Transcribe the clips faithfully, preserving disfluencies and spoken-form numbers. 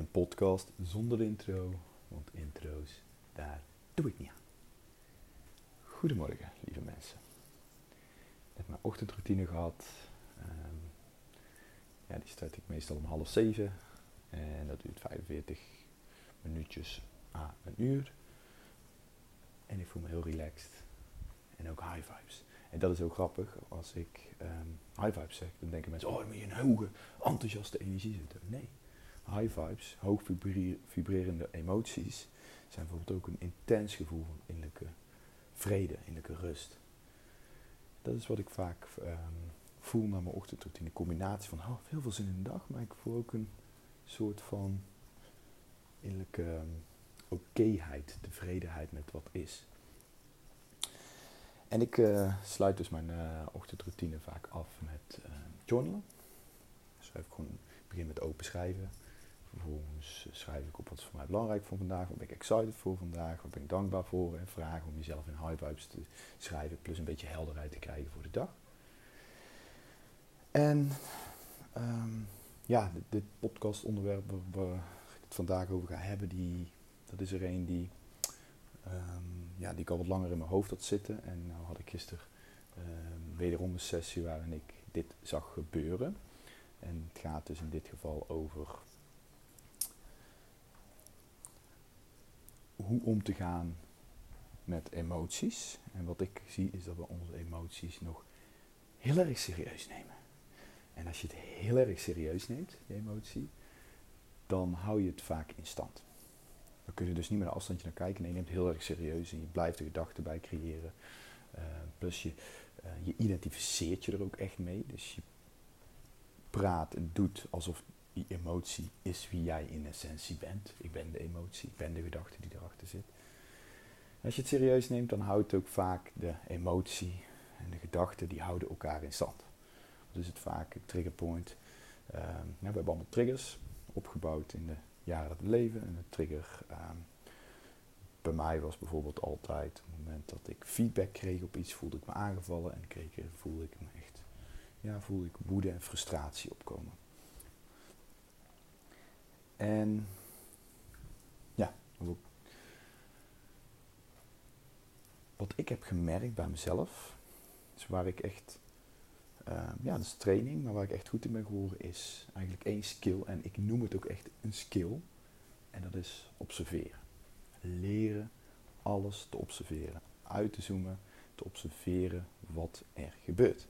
een podcast zonder intro, want intro's, daar doe ik niet aan. Goedemorgen, lieve mensen. Ik heb mijn ochtendroutine gehad. Um, ja, die start ik meestal om half zeven. En dat duurt vijfenveertig minuutjes à een uur. En ik voel me heel relaxed. En ook high vibes. En dat is ook grappig. Als ik um, high vibes zeg, dan denken mensen, oh, dan moet je een hoge, enthousiaste energie zitten. Nee. High vibes, hoog vibrerende emoties, zijn bijvoorbeeld ook een intens gevoel van innerlijke vrede, innerlijke rust. Dat is wat ik vaak um, voel na mijn ochtendroutine. Een combinatie van oh, heel veel zin in de dag, maar ik voel ook een soort van innerlijke um, okéheid, tevredenheid met wat is. En ik uh, sluit dus mijn uh, ochtendroutine vaak af met uh, journalen. Dus schrijf ik gewoon, ik begin met open schrijven. Vervolgens schrijf ik op wat is voor mij belangrijk voor vandaag, wat ben ik excited voor vandaag, wat ben ik dankbaar voor. En vragen om jezelf in high vibes te schrijven, plus een beetje helderheid te krijgen voor de dag. En um, ja, dit, dit podcastonderwerp waar, waar ik het vandaag over ga hebben, die, dat is er een die, um, ja, die ik al wat langer in mijn hoofd had zitten. En nou had ik gisteren um, wederom een sessie waarin ik dit zag gebeuren. En het gaat dus in dit geval over hoe om te gaan met emoties. En wat ik zie is dat we onze emoties nog heel erg serieus nemen. En als je het heel erg serieus neemt, je emotie, dan hou je het vaak in stand. Dan kun je dus niet meer een afstandje naar kijken. Nee, je neemt het heel erg serieus en je blijft de gedachten bij creëren. Uh, plus je, uh, je identificeert je er ook echt mee. Dus je praat en doet alsof die emotie is wie jij in essentie bent. Ik ben de emotie, ik ben de gedachte die erachter zit. En als je het serieus neemt, dan houdt ook vaak de emotie en de gedachte, die houden elkaar in stand. Dus is het vaak een triggerpoint. Um, ja, we hebben allemaal triggers opgebouwd in de jaren dat we leven. En een trigger um, bij mij was bijvoorbeeld altijd, op het moment dat ik feedback kreeg op iets, voelde ik me aangevallen en kreeg, voelde ik me echt, ja, voelde ik woede en frustratie opkomen. En ja, wat ik heb gemerkt bij mezelf, is waar ik echt, uh, ja, dat is training, maar waar ik echt goed in ben geworden, is eigenlijk één skill. En ik noem het ook echt een skill. En dat is observeren. Leren alles te observeren. Uit te zoomen, te observeren wat er gebeurt.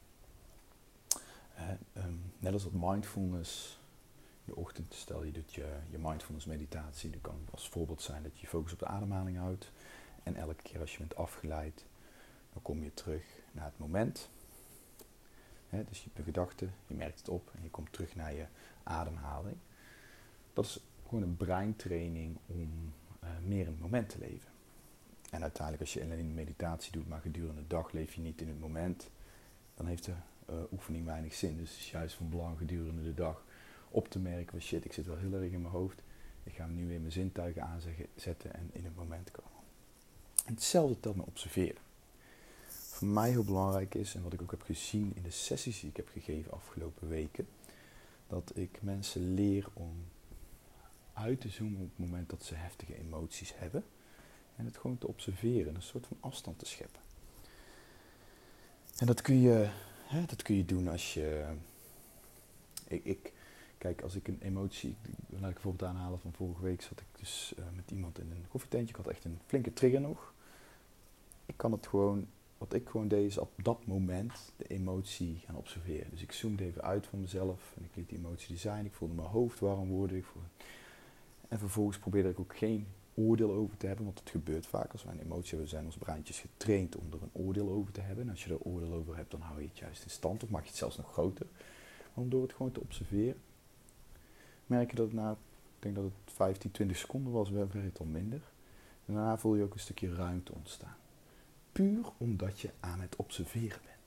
Uh, um, net als dat mindfulness. In de ochtend, stel je doet je, je mindfulness meditatie, dat kan als voorbeeld zijn dat je je focus op de ademhaling houdt. En elke keer als je bent afgeleid, dan kom je terug naar het moment. He, dus je hebt een gedachte, je merkt het op en je komt terug naar je ademhaling. Dat is gewoon een breintraining om uh, meer in het moment te leven. En uiteindelijk als je alleen een meditatie doet, maar gedurende de dag leef je niet in het moment, dan heeft de uh, oefening weinig zin. Dus het is juist van belang gedurende de dag op te merken van shit, ik zit wel heel erg in mijn hoofd. Ik ga hem nu weer mijn zintuigen aanzetten en in het moment komen. En hetzelfde telt met observeren. Voor mij heel belangrijk is, en wat ik ook heb gezien in de sessies die ik heb gegeven afgelopen weken, dat ik mensen leer om uit te zoomen op het moment dat ze heftige emoties hebben. En het gewoon te observeren, een soort van afstand te scheppen. En dat kun je, hè, dat kun je doen als je... Ik, ik, kijk, als ik een emotie... Laat ik bijvoorbeeld aanhalen van vorige week zat ik dus uh, met iemand in een koffietentje. Ik had echt een flinke trigger nog. Ik kan het gewoon... Wat ik gewoon deed is op dat moment de emotie gaan observeren. Dus ik zoomde even uit van mezelf en ik liet die emotie er zijn. Ik voelde mijn hoofd warm worden. Ik voelde... En vervolgens probeerde ik ook geen oordeel over te hebben, want het gebeurt vaak. Als wij een emotie hebben, zijn ons breintjes getraind om er een oordeel over te hebben. En als je er oordeel over hebt, dan hou je het juist in stand of maak je het zelfs nog groter. Maar om door het gewoon te observeren, merk je dat het na, ik denk dat het vijftien, twintig seconden was, werd het al minder. En daarna voel je ook een stukje ruimte ontstaan. Puur omdat je aan het observeren bent.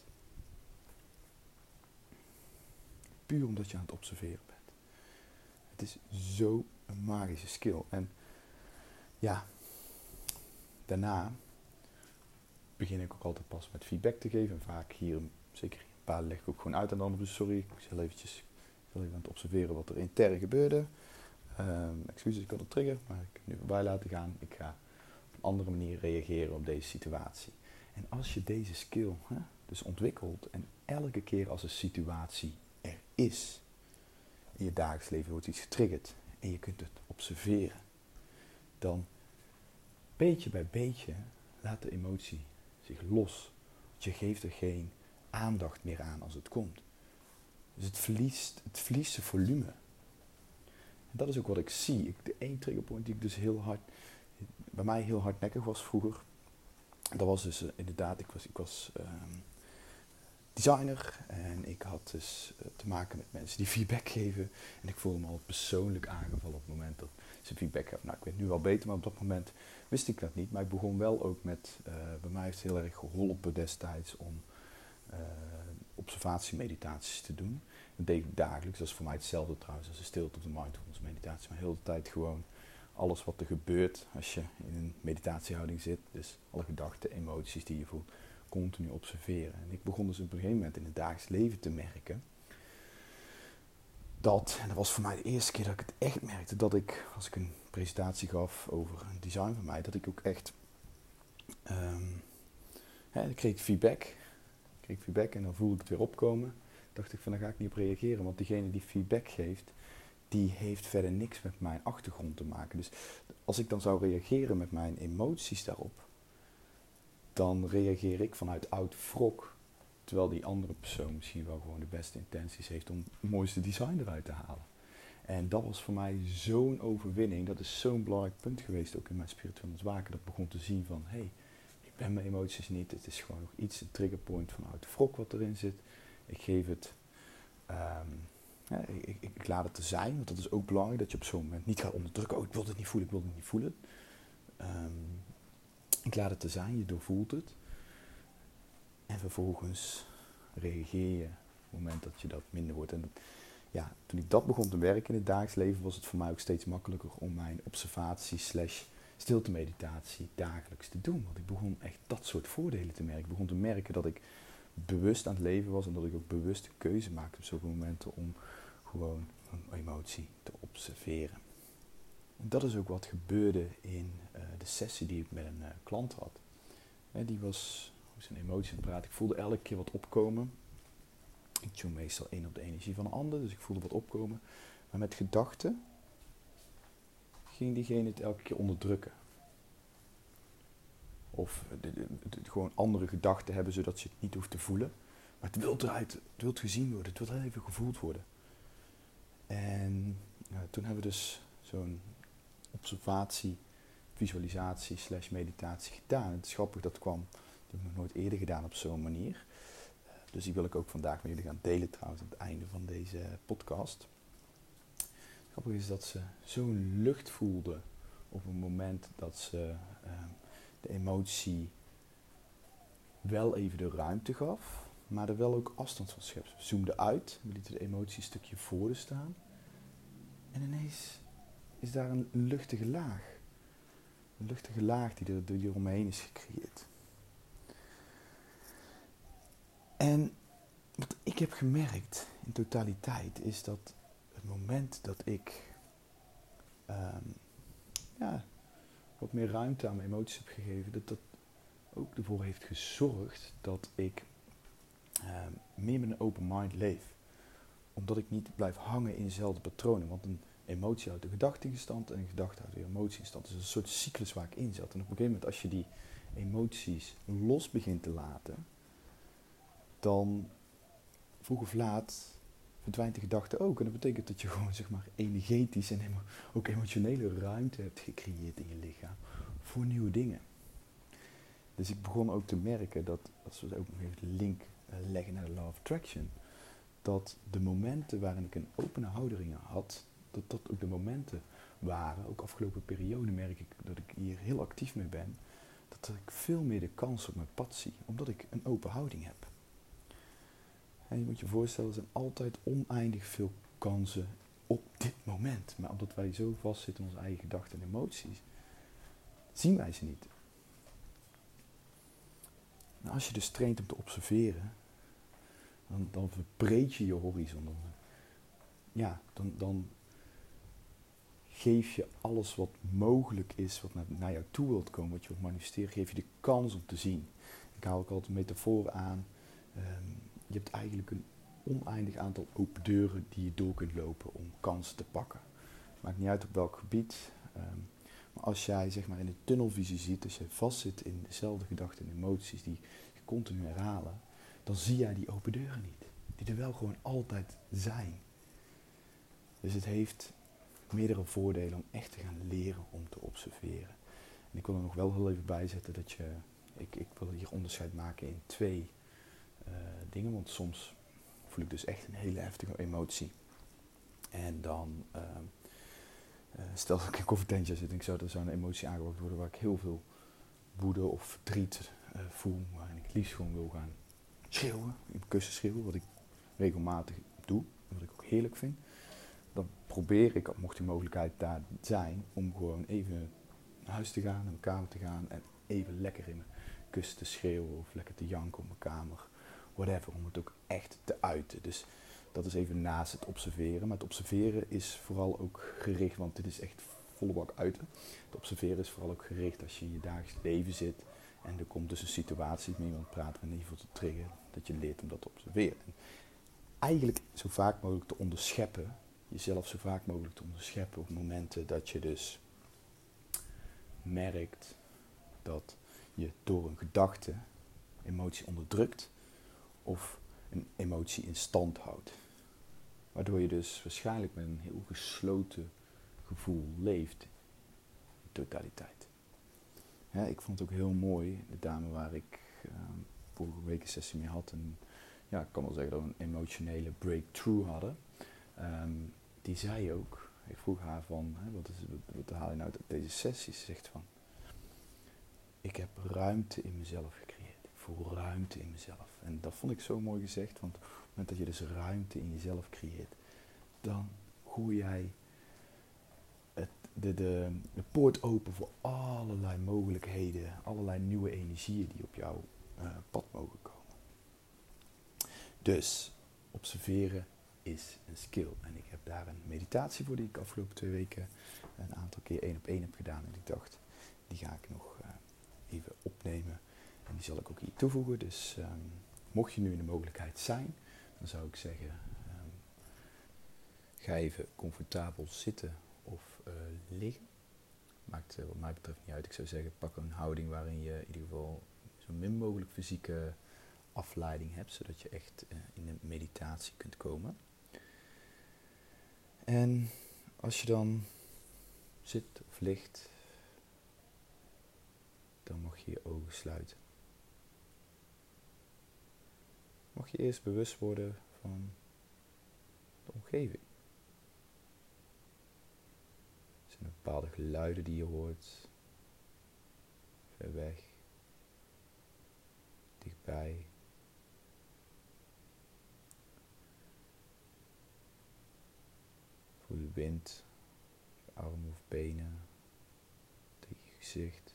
Puur omdat je aan het observeren bent. Het is zo een magische skill. En ja, daarna begin ik ook altijd pas met feedback te geven. En vaak hier, zeker een paar leg ik ook gewoon uit aan de anderen. Sorry, ik zal eventjes, ik wil even aan het observeren wat er intern gebeurde. Um, excuses, ik had een trigger, maar ik kan het nu voorbij laten gaan. Ik ga op een andere manier reageren op deze situatie. En als je deze skill hè, dus ontwikkelt en elke keer als een situatie er is, in je dagelijks leven wordt iets getriggerd en je kunt het observeren, dan beetje bij beetje laat de emotie zich los. Je geeft er geen aandacht meer aan als het komt. Dus het verliest, het verliest zijn volume. En dat is ook wat ik zie. Ik, de één triggerpoint die ik dus heel hard, bij mij heel hardnekkig was vroeger, dat was dus uh, inderdaad, ik was, ik was um, designer en ik had dus uh, te maken met mensen die feedback geven. En ik voelde me al persoonlijk aangevallen op het moment dat ze feedback hebben. Nou, ik weet nu wel beter, maar op dat moment wist ik dat niet. Maar ik begon wel ook met, uh, bij mij heeft het heel erg geholpen destijds om uh, observatiemeditaties te doen. Dat deed ik dagelijks, dat is voor mij hetzelfde trouwens als de stilte of de mindfulness meditatie. Maar heel de tijd gewoon alles wat er gebeurt als je in een meditatiehouding zit. Dus alle gedachten, emoties die je voelt, continu observeren. En ik begon dus op een gegeven moment in het dagelijks leven te merken dat, en dat was voor mij de eerste keer dat ik het echt merkte, dat ik, als ik een presentatie gaf over een design van mij, dat ik ook echt, um, hè, ik kreeg feedback, ik kreeg feedback en dan voelde ik het weer opkomen. Dacht ik van, daar ga ik niet op reageren, want diegene die feedback geeft, die heeft verder niks met mijn achtergrond te maken. Dus als ik dan zou reageren met mijn emoties daarop, dan reageer ik vanuit oud wrok, terwijl die andere persoon misschien wel gewoon de beste intenties heeft om het mooiste design eruit te halen. En dat was voor mij zo'n overwinning, dat is zo'n belangrijk punt geweest, ook in mijn spiritueel ontwaken, dat ik begon te zien van, hé, hey, ik ben mijn emoties niet, het is gewoon nog iets, een triggerpoint van oud wrok wat erin zit. Ik geef het, um, ja, ik, ik, ik laat het te zijn, want dat is ook belangrijk, dat je op zo'n moment niet gaat onderdrukken, oh, ik wil het niet voelen, ik wil het niet voelen. Um, ik laat het te zijn, je doorvoelt het. En vervolgens reageer je op het moment dat je dat minder wordt. En ja, toen ik dat begon te werken in het dagelijks leven, was het voor mij ook steeds makkelijker om mijn observatie slash stilte meditatie dagelijks te doen. Want ik begon echt dat soort voordelen te merken. Ik begon te merken dat ik bewust aan het leven was en dat ik ook bewust een keuze maakte op zoveel momenten om gewoon een emotie te observeren. En dat is ook wat gebeurde in uh, de sessie die ik met een uh, klant had. He, die was zijn emoties aan het praten. Ik voelde elke keer wat opkomen. Ik tune meestal in op de energie van een ander, dus ik voelde wat opkomen. Maar met gedachten ging diegene het elke keer onderdrukken. Of de, de, de, de, gewoon andere gedachten hebben, zodat je het niet hoeft te voelen. Maar het wil eruit, het wil gezien worden, het wil even gevoeld worden. En ja, toen hebben we dus zo'n observatie, visualisatie slash meditatie gedaan. Het is grappig, dat kwam, dat heb ik nog nooit eerder gedaan op zo'n manier. Dus die wil ik ook vandaag met jullie gaan delen trouwens aan het einde van deze podcast. Het grappige is dat ze zo'n lucht voelde op het moment dat ze uh, de emotie wel even de ruimte gaf, maar er wel ook afstand van schept. We zoomden uit, we lieten de emotie een stukje voor de staan. En ineens is daar een luchtige laag. Een luchtige laag die er, die er omheen is gecreëerd. En wat ik heb gemerkt in totaliteit is dat het moment dat ik um, ja, wat meer ruimte aan mijn emoties heb gegeven, dat dat ook ervoor heeft gezorgd dat ik um, meer met een open mind leef. Omdat ik niet blijf hangen in dezelfde patronen. Want een emotie houdt de gedachte in stand en een gedachte houdt weer emotie in stand. Dus een soort cyclus waar ik in zat. En op een gegeven moment als je die emoties los begint te laten, dan vroeg of laat verdwijnt de gedachte ook. En dat betekent dat je gewoon zeg maar energetisch en emo- ook emotionele ruimte hebt gecreëerd in je lichaam voor nieuwe dingen. Dus ik begon ook te merken dat, als we ook nog even de link uh, leggen naar de Law of Attraction, dat de momenten waarin ik een opene houding had, dat dat ook de momenten waren, ook afgelopen periode merk ik dat ik hier heel actief mee ben, dat ik veel meer de kans op mijn pad zie, omdat ik een open houding heb. En je moet je voorstellen, er zijn altijd oneindig veel kansen op dit moment. Maar omdat wij zo vastzitten in onze eigen gedachten en emoties, zien wij ze niet. En als je dus traint om te observeren, dan, dan verbreed je je horizon. Dan, ja, dan, dan geef je alles wat mogelijk is, wat naar, naar jou toe wilt komen, wat je wilt manifesteren, geef je de kans om te zien. Ik haal ook altijd een metafoor aan. Um, je hebt eigenlijk een oneindig aantal open deuren die je door kunt lopen om kansen te pakken. Maakt niet uit op welk gebied. Um, maar als jij zeg maar in de tunnelvisie ziet, als je vastzit in dezelfde gedachten en emoties die je continu herhalen, dan zie jij die open deuren niet. Die er wel gewoon altijd zijn. Dus het heeft meerdere voordelen om echt te gaan leren om te observeren. En ik wil er nog wel heel even bij zetten dat je, ik, ik wil hier onderscheid maken in twee uh, dingen, want soms voel ik dus echt een hele heftige emotie. En dan, uh, uh, stel dat ik in Confidential zit en ik zou, er zou een emotie aangebracht worden waar ik heel veel woede of verdriet uh, voel, waarin ik het liefst gewoon wil gaan schreeuwen, in mijn kussen schreeuwen, wat ik regelmatig doe, wat ik ook heerlijk vind. Dan probeer ik, mocht die mogelijkheid daar zijn, om gewoon even naar huis te gaan, naar mijn kamer te gaan en even lekker in mijn kussen te schreeuwen of lekker te janken op mijn kamer. Whatever, om het ook echt te uiten. Dus dat is even naast het observeren. Maar het observeren is vooral ook gericht, want dit is echt volle bak uiten. Het observeren is vooral ook gericht als je in je dagelijks leven zit en er komt dus een situatie met iemand praten en in ieder geval te triggeren, dat je leert om dat te observeren. En eigenlijk zo vaak mogelijk te onderscheppen, jezelf zo vaak mogelijk te onderscheppen op momenten dat je dus merkt dat je door een gedachte emotie onderdrukt of een emotie in stand houdt. Waardoor je dus waarschijnlijk met een heel gesloten gevoel leeft in totaliteit. Ja, ik vond het ook heel mooi, de dame waar ik uh, vorige week een sessie mee had, en ja, ik kan wel zeggen dat we een emotionele breakthrough hadden. Um, die zei ook, ik vroeg haar van, hè, wat, is, wat, wat haal je nou uit deze sessie? Ze zegt van, ik heb ruimte in mezelf gecreëerd. Ik voel ruimte in mezelf. En dat vond ik zo mooi gezegd, want op het moment dat je dus ruimte in jezelf creëert, dan gooi jij het, de, de, de poort open voor allerlei mogelijkheden, allerlei nieuwe energieën die op jouw uh, pad mogen komen. Dus, observeren is een skill. En ik heb daar een meditatie voor die ik afgelopen twee weken een aantal keer één op één heb gedaan. En ik dacht, die ga ik nog uh, even opnemen. En die zal ik ook hier toevoegen. Dus um, mocht je nu in de mogelijkheid zijn, dan zou ik zeggen, um, ga even comfortabel zitten of uh, liggen. Maakt uh, wat mij betreft niet uit. Ik zou zeggen, pak een houding waarin je in ieder geval zo min mogelijk fysieke afleiding hebt, zodat je echt uh, in een meditatie kunt komen. En als je dan zit of ligt, dan mag je je ogen sluiten. Mag je eerst bewust worden van de omgeving. Er zijn bepaalde geluiden die je hoort, ver weg, dichtbij. Voel de wind, je armen of benen, tegen je gezicht.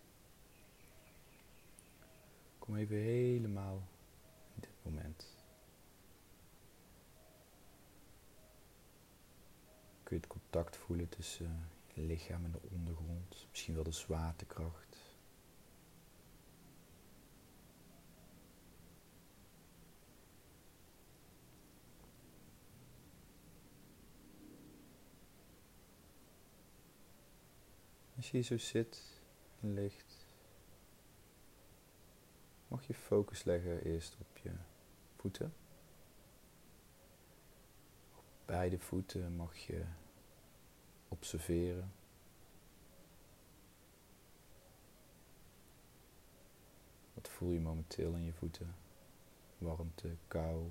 Kom even helemaal in dit moment. Kun je het contact voelen tussen je lichaam en de ondergrond, misschien wel de zwaartekracht. Als je hier zo zit en ligt, mag je focus leggen eerst op je voeten. Op beide voeten mag je observeren. Wat voel je momenteel in je voeten? Warmte, kou.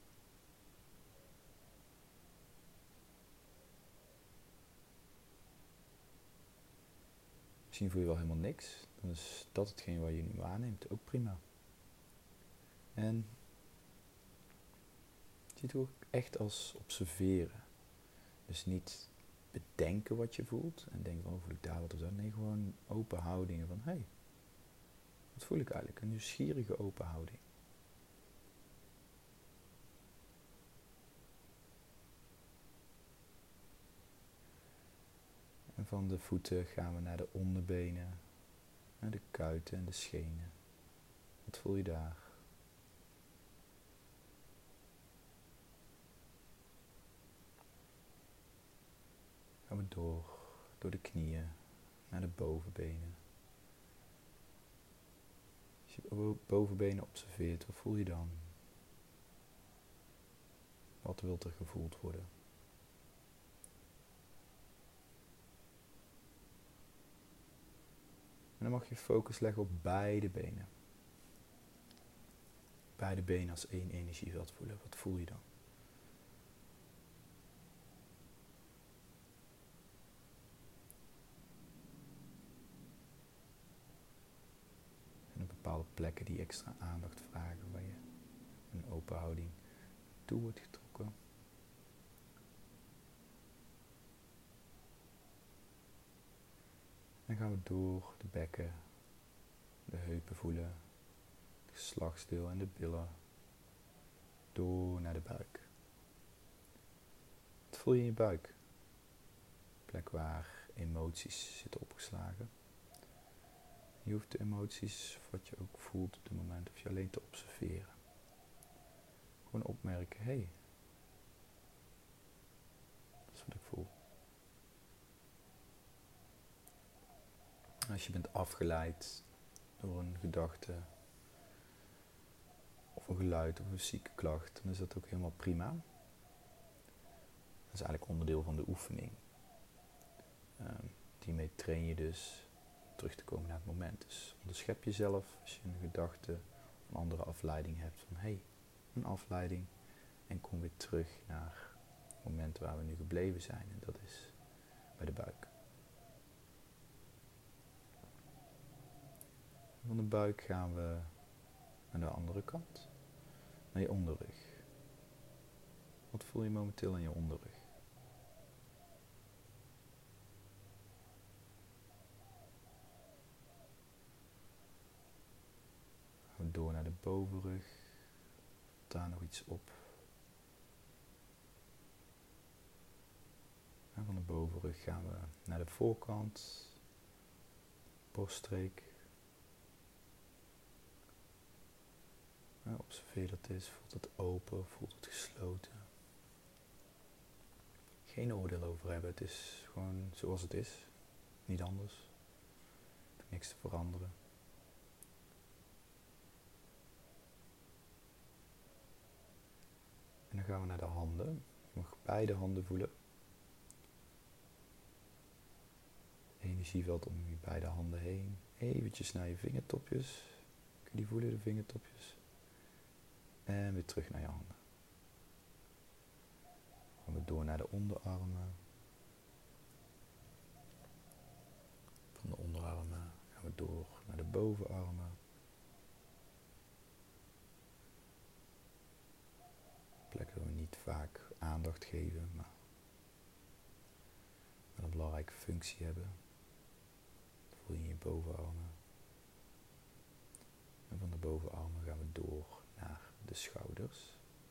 Misschien voel je wel helemaal niks. Dan is dat hetgeen wat je nu waarneemt. Ook prima. En je ziet het ook echt als observeren. Dus niet bedenken wat je voelt. En denken van, oh, voel ik daar wat of dat. Nee, gewoon open houdingen van, hé, hey, wat voel ik eigenlijk? Een nieuwsgierige open houding. En van de voeten gaan we naar de onderbenen, naar de kuiten en de schenen. Wat voel je daar? Gaan we door, door de knieën, naar de bovenbenen. Als je bovenbenen observeert, wat voel je dan? Wat wilt er gevoeld worden? En dan mag je focus leggen op beide benen. Beide benen als één energieveld voelen. Wat voel je dan? En op bepaalde plekken die extra aandacht vragen, waar je een open houding toe wordt getrokken. Dan gaan we door de bekken, de heupen voelen, het geslachtsdeel en de billen. Door naar de buik. Wat voel je in je buik? Plek waar emoties zitten opgeslagen. Je hoeft de emoties, wat je ook voelt op dit moment, of je alleen te observeren. Gewoon opmerken, hé, hey, dat is wat ik voel. Als je bent afgeleid door een gedachte, of een geluid, of een zieke klacht, dan is dat ook helemaal prima. Dat is eigenlijk onderdeel van de oefening. Um, Hiermee train je dus terug te komen naar het moment. Dus onderschep jezelf als je een gedachte of een andere afleiding hebt van hé, hey, een afleiding. En kom weer terug naar het moment waar we nu gebleven zijn. En dat is bij de buik. Van de buik gaan we naar de andere kant. Naar je onderrug. Wat voel je momenteel in je onderrug? Gaan we door naar de bovenrug. Daar nog iets op. En van de bovenrug gaan we naar de voorkant. Borststreek. Nou, observeer dat het is. Voelt het open? Voelt het gesloten? Geen oordeel over hebben. Het is gewoon zoals het is. Niet anders. Er is niks te veranderen. En dan gaan we naar de handen. Je mag beide handen voelen. Energieveld om je beide handen heen. Eventjes naar je vingertopjes. Kun je die voelen, de vingertopjes? En weer terug naar je handen. Dan gaan we door naar de onderarmen. Van de onderarmen gaan we door naar de bovenarmen. Plekken waar we niet vaak aandacht geven, maar wel een belangrijke functie hebben. Dat voel je in je bovenarmen. En van de bovenarmen gaan we door naar de schouders.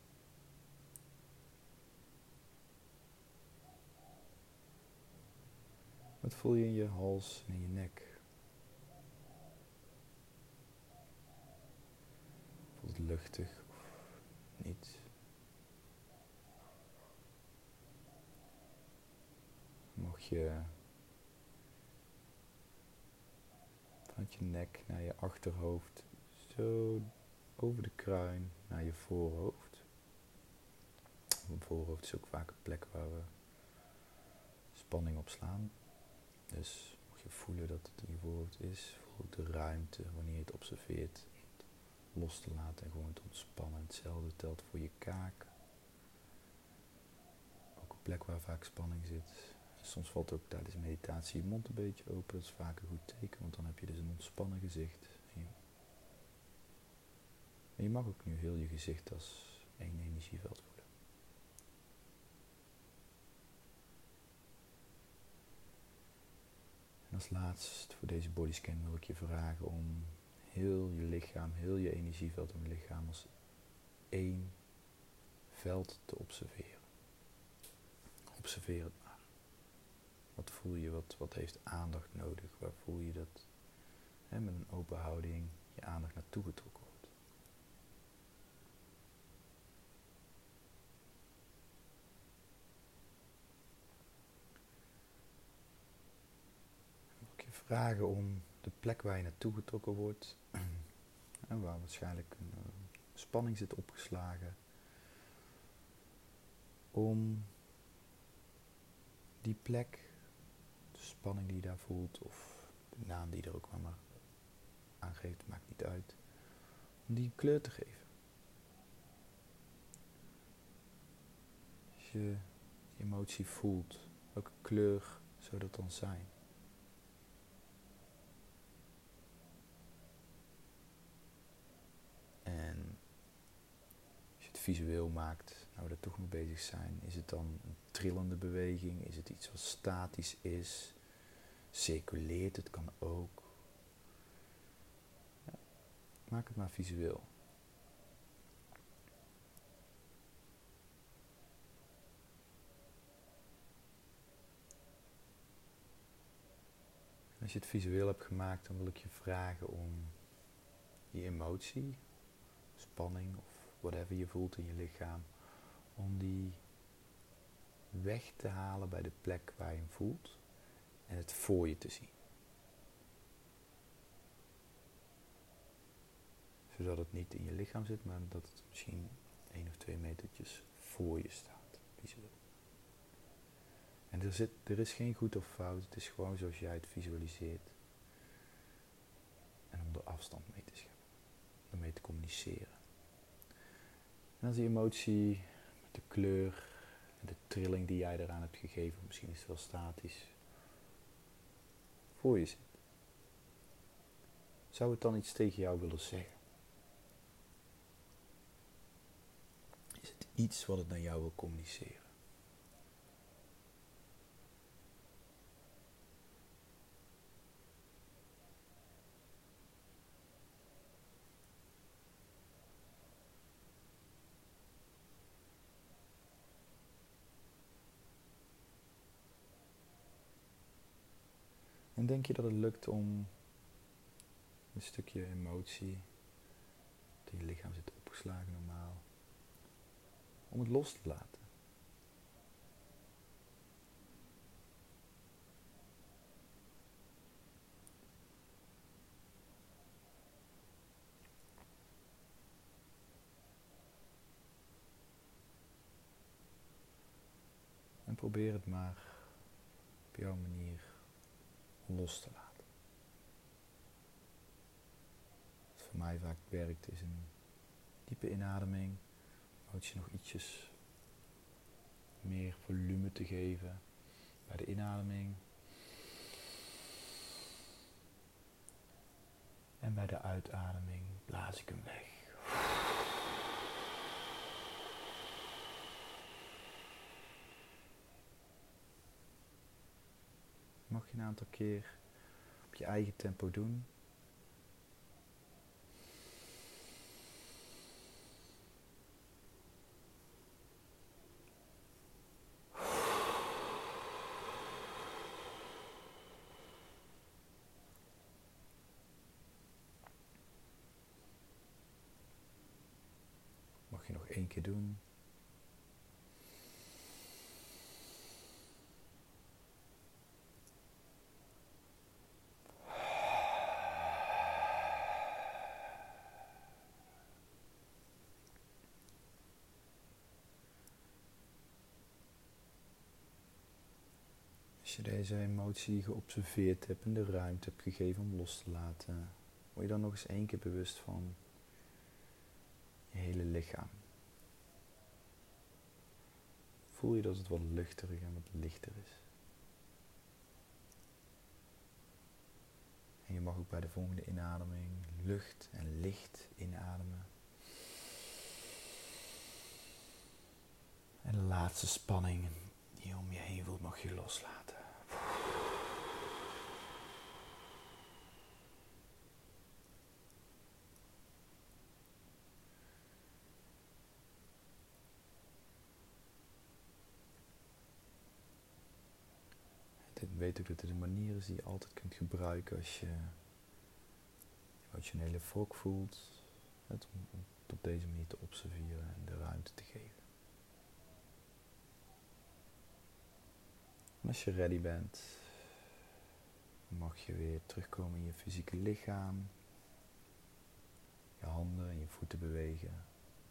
Wat voel je in je hals en in je nek? Voelt het luchtig of niet? Mocht je vanuit je nek naar je achterhoofd, zo over de kruin naar je voorhoofd. Op het voorhoofd is ook vaak een plek waar we spanning opslaan. Dus mocht je voelen dat het in je voorhoofd is, voel de ruimte wanneer je het observeert los te laten en gewoon te ontspannen. Hetzelfde telt voor je kaak. Ook een plek waar vaak spanning zit. Soms valt ook tijdens meditatie je mond een beetje open. Dat is vaak een goed teken, want dan heb je dus een ontspannen gezicht. En je mag ook nu heel je gezicht als één energieveld voelen. En als laatst voor deze bodyscan wil ik je vragen om heel je lichaam, heel je energieveld in je lichaam als één veld te observeren. Observeer het maar. Wat voel je, wat, wat heeft aandacht nodig? Waar voel je dat hè, met een open houding je aandacht naartoe getrokken wordt? Dan wil ik je vragen om de plek waar je naartoe getrokken wordt, en waar waarschijnlijk een uh, spanning zit opgeslagen, om die plek, de spanning die je daar voelt, of de naam die je er ook maar aangeeft, maakt niet uit, om die kleur te geven. Als je die emotie voelt, welke kleur zou dat dan zijn? En als je het visueel maakt, nou we er toch mee bezig zijn, is het dan een trillende beweging? Is het iets wat statisch is? Circuleert het, kan ook. Ja, maak het maar visueel. Als je het visueel hebt gemaakt, dan wil ik je vragen om die emotie, spanning of whatever je voelt in je lichaam, om die weg te halen bij de plek waar je hem voelt en het voor je te zien. Zodat het niet in je lichaam zit, maar dat het misschien één of twee metertjes voor je staat, visueel. En er, zit, er is geen goed of fout, het is gewoon zoals jij het visualiseert. En om er afstand mee te scheppen, om mee te communiceren. En als die emotie met de kleur en de trilling die jij eraan hebt gegeven, misschien is het wel statisch, voor je zit. Zou het dan iets tegen jou willen zeggen? Is het iets wat het naar jou wil communiceren? En denk je dat het lukt om een stukje emotie, dat in je lichaam zit opgeslagen normaal, om het los te laten? En probeer het maar op jouw manier los te laten. Wat voor mij vaak werkt is een diepe inademing, emotie nog ietsjes meer volume te geven bij de inademing. En bij de uitademing blaas ik hem weg. Mag je een aantal keer op je eigen tempo doen. Mag je nog één keer doen. Als je deze emotie geobserveerd hebt en de ruimte hebt gegeven om los te laten, word je dan nog eens één keer bewust van je hele lichaam. Voel je dat het wat luchtiger en wat lichter is. En je mag ook bij de volgende inademing lucht en licht inademen. En de laatste spanning die je om je heen voelt mag je loslaten. weet ook dat het een manier is die je altijd kunt gebruiken als je emotionele wrok voelt. Het, om, om het op deze manier te observeren en de ruimte te geven. En als je ready bent, mag je weer terugkomen in je fysieke lichaam. Je handen en je voeten bewegen.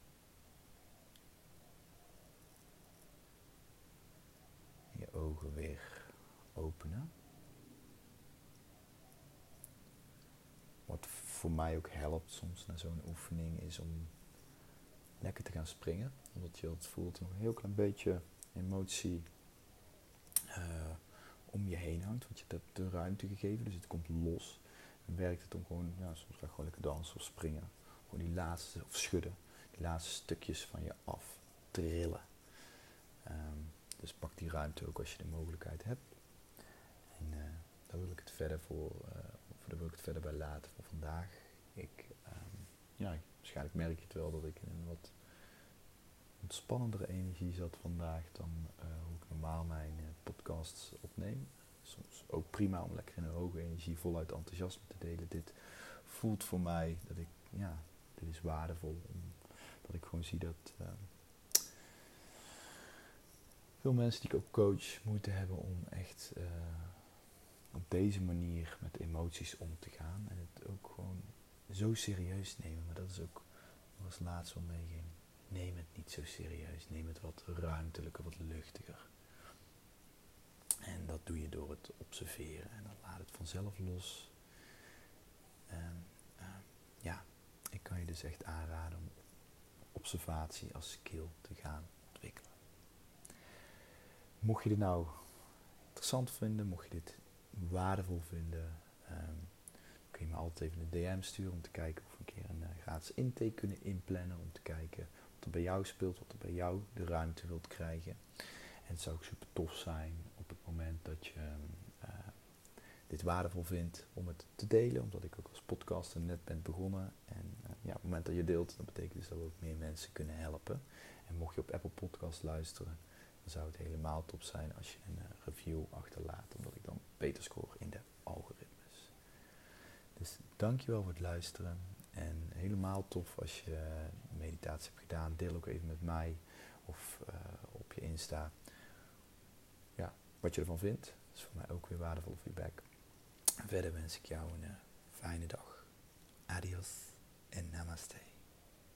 En je ogen weer openen. Wat voor mij ook helpt soms na zo'n oefening is om lekker te gaan springen. Omdat je het voelt nog een heel klein beetje emotie uh, om je heen hangt. Want je hebt de ruimte gegeven, dus het komt los. En werkt het om gewoon, ja, soms ga ik gewoon lekker dansen of springen. Gewoon die laatste, of schudden, die laatste stukjes van je af trillen. Um, dus pak die ruimte ook als je de mogelijkheid hebt. En uh, daar wil ik het verder voor, uh, of daar wil ik het verder bij laten voor vandaag. Ik, um, ja, waarschijnlijk merk je het wel dat ik in een wat ontspannendere energie zat vandaag dan uh, hoe ik normaal mijn uh, podcasts opneem. Soms ook prima om lekker in een hoge energie voluit enthousiasme te delen. Dit voelt voor mij dat ik, ja, dit is waardevol. Omdat ik gewoon zie dat uh, veel mensen die ik ook coach moeite hebben om echt uh, op deze manier met emoties om te gaan. En het ook gewoon zo serieus nemen. Maar dat is ook als laatste wel meeging. Neem het niet zo serieus. Neem het wat ruimtelijker, wat luchtiger. En dat doe je door het observeren. En dan laat het vanzelf los. En, uh, ja, ik kan je dus echt aanraden om observatie als skill te gaan ontwikkelen. Mocht je dit nou interessant vinden, mocht je dit waardevol vinden, um, kun je me altijd even een D M sturen om te kijken of we een keer een uh, gratis intake kunnen inplannen. Om te kijken wat er bij jou speelt, wat er bij jou de ruimte wilt krijgen. En het zou ook super tof zijn op het moment dat je uh, dit waardevol vindt om het te delen. Omdat ik ook als podcaster net ben begonnen. En uh, ja, op het moment dat je deelt, dat betekent dus dat we ook meer mensen kunnen helpen. En mocht je op Apple Podcasts luisteren, dan zou het helemaal top zijn als je een uh, review achterlaat. Omdat ik dan beter score in de algoritmes. Dus dankjewel voor het luisteren. En helemaal tof als je meditatie hebt gedaan. Deel ook even met mij of uh, op je Insta. Ja, wat je ervan vindt. Dat is voor mij ook weer waardevolle feedback. En verder wens ik jou een uh, fijne dag. Adios en namaste.